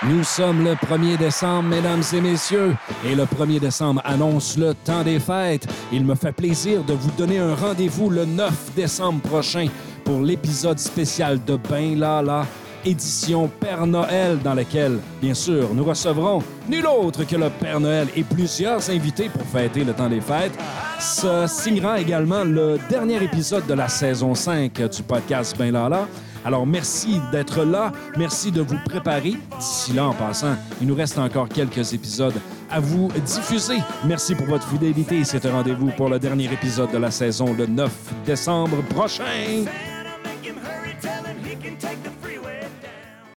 Nous sommes le 1er décembre, mesdames et messieurs, et le 1er décembre annonce le temps des fêtes. Il me fait plaisir de vous donner un rendez-vous le 9 décembre prochain pour l'épisode spécial de Ben Lala, édition Père Noël, dans lequel, bien sûr, nous recevrons nul autre que le Père Noël et plusieurs invités pour fêter le temps des fêtes. Ce signera également le dernier épisode de la saison 5 du podcast Ben Lala. Alors, merci d'être là. Merci de vous préparer. D'ici là, en passant, il nous reste encore quelques épisodes à vous diffuser. Merci pour votre fidélité. C'est un rendez-vous pour le dernier épisode de la saison le 9 décembre prochain.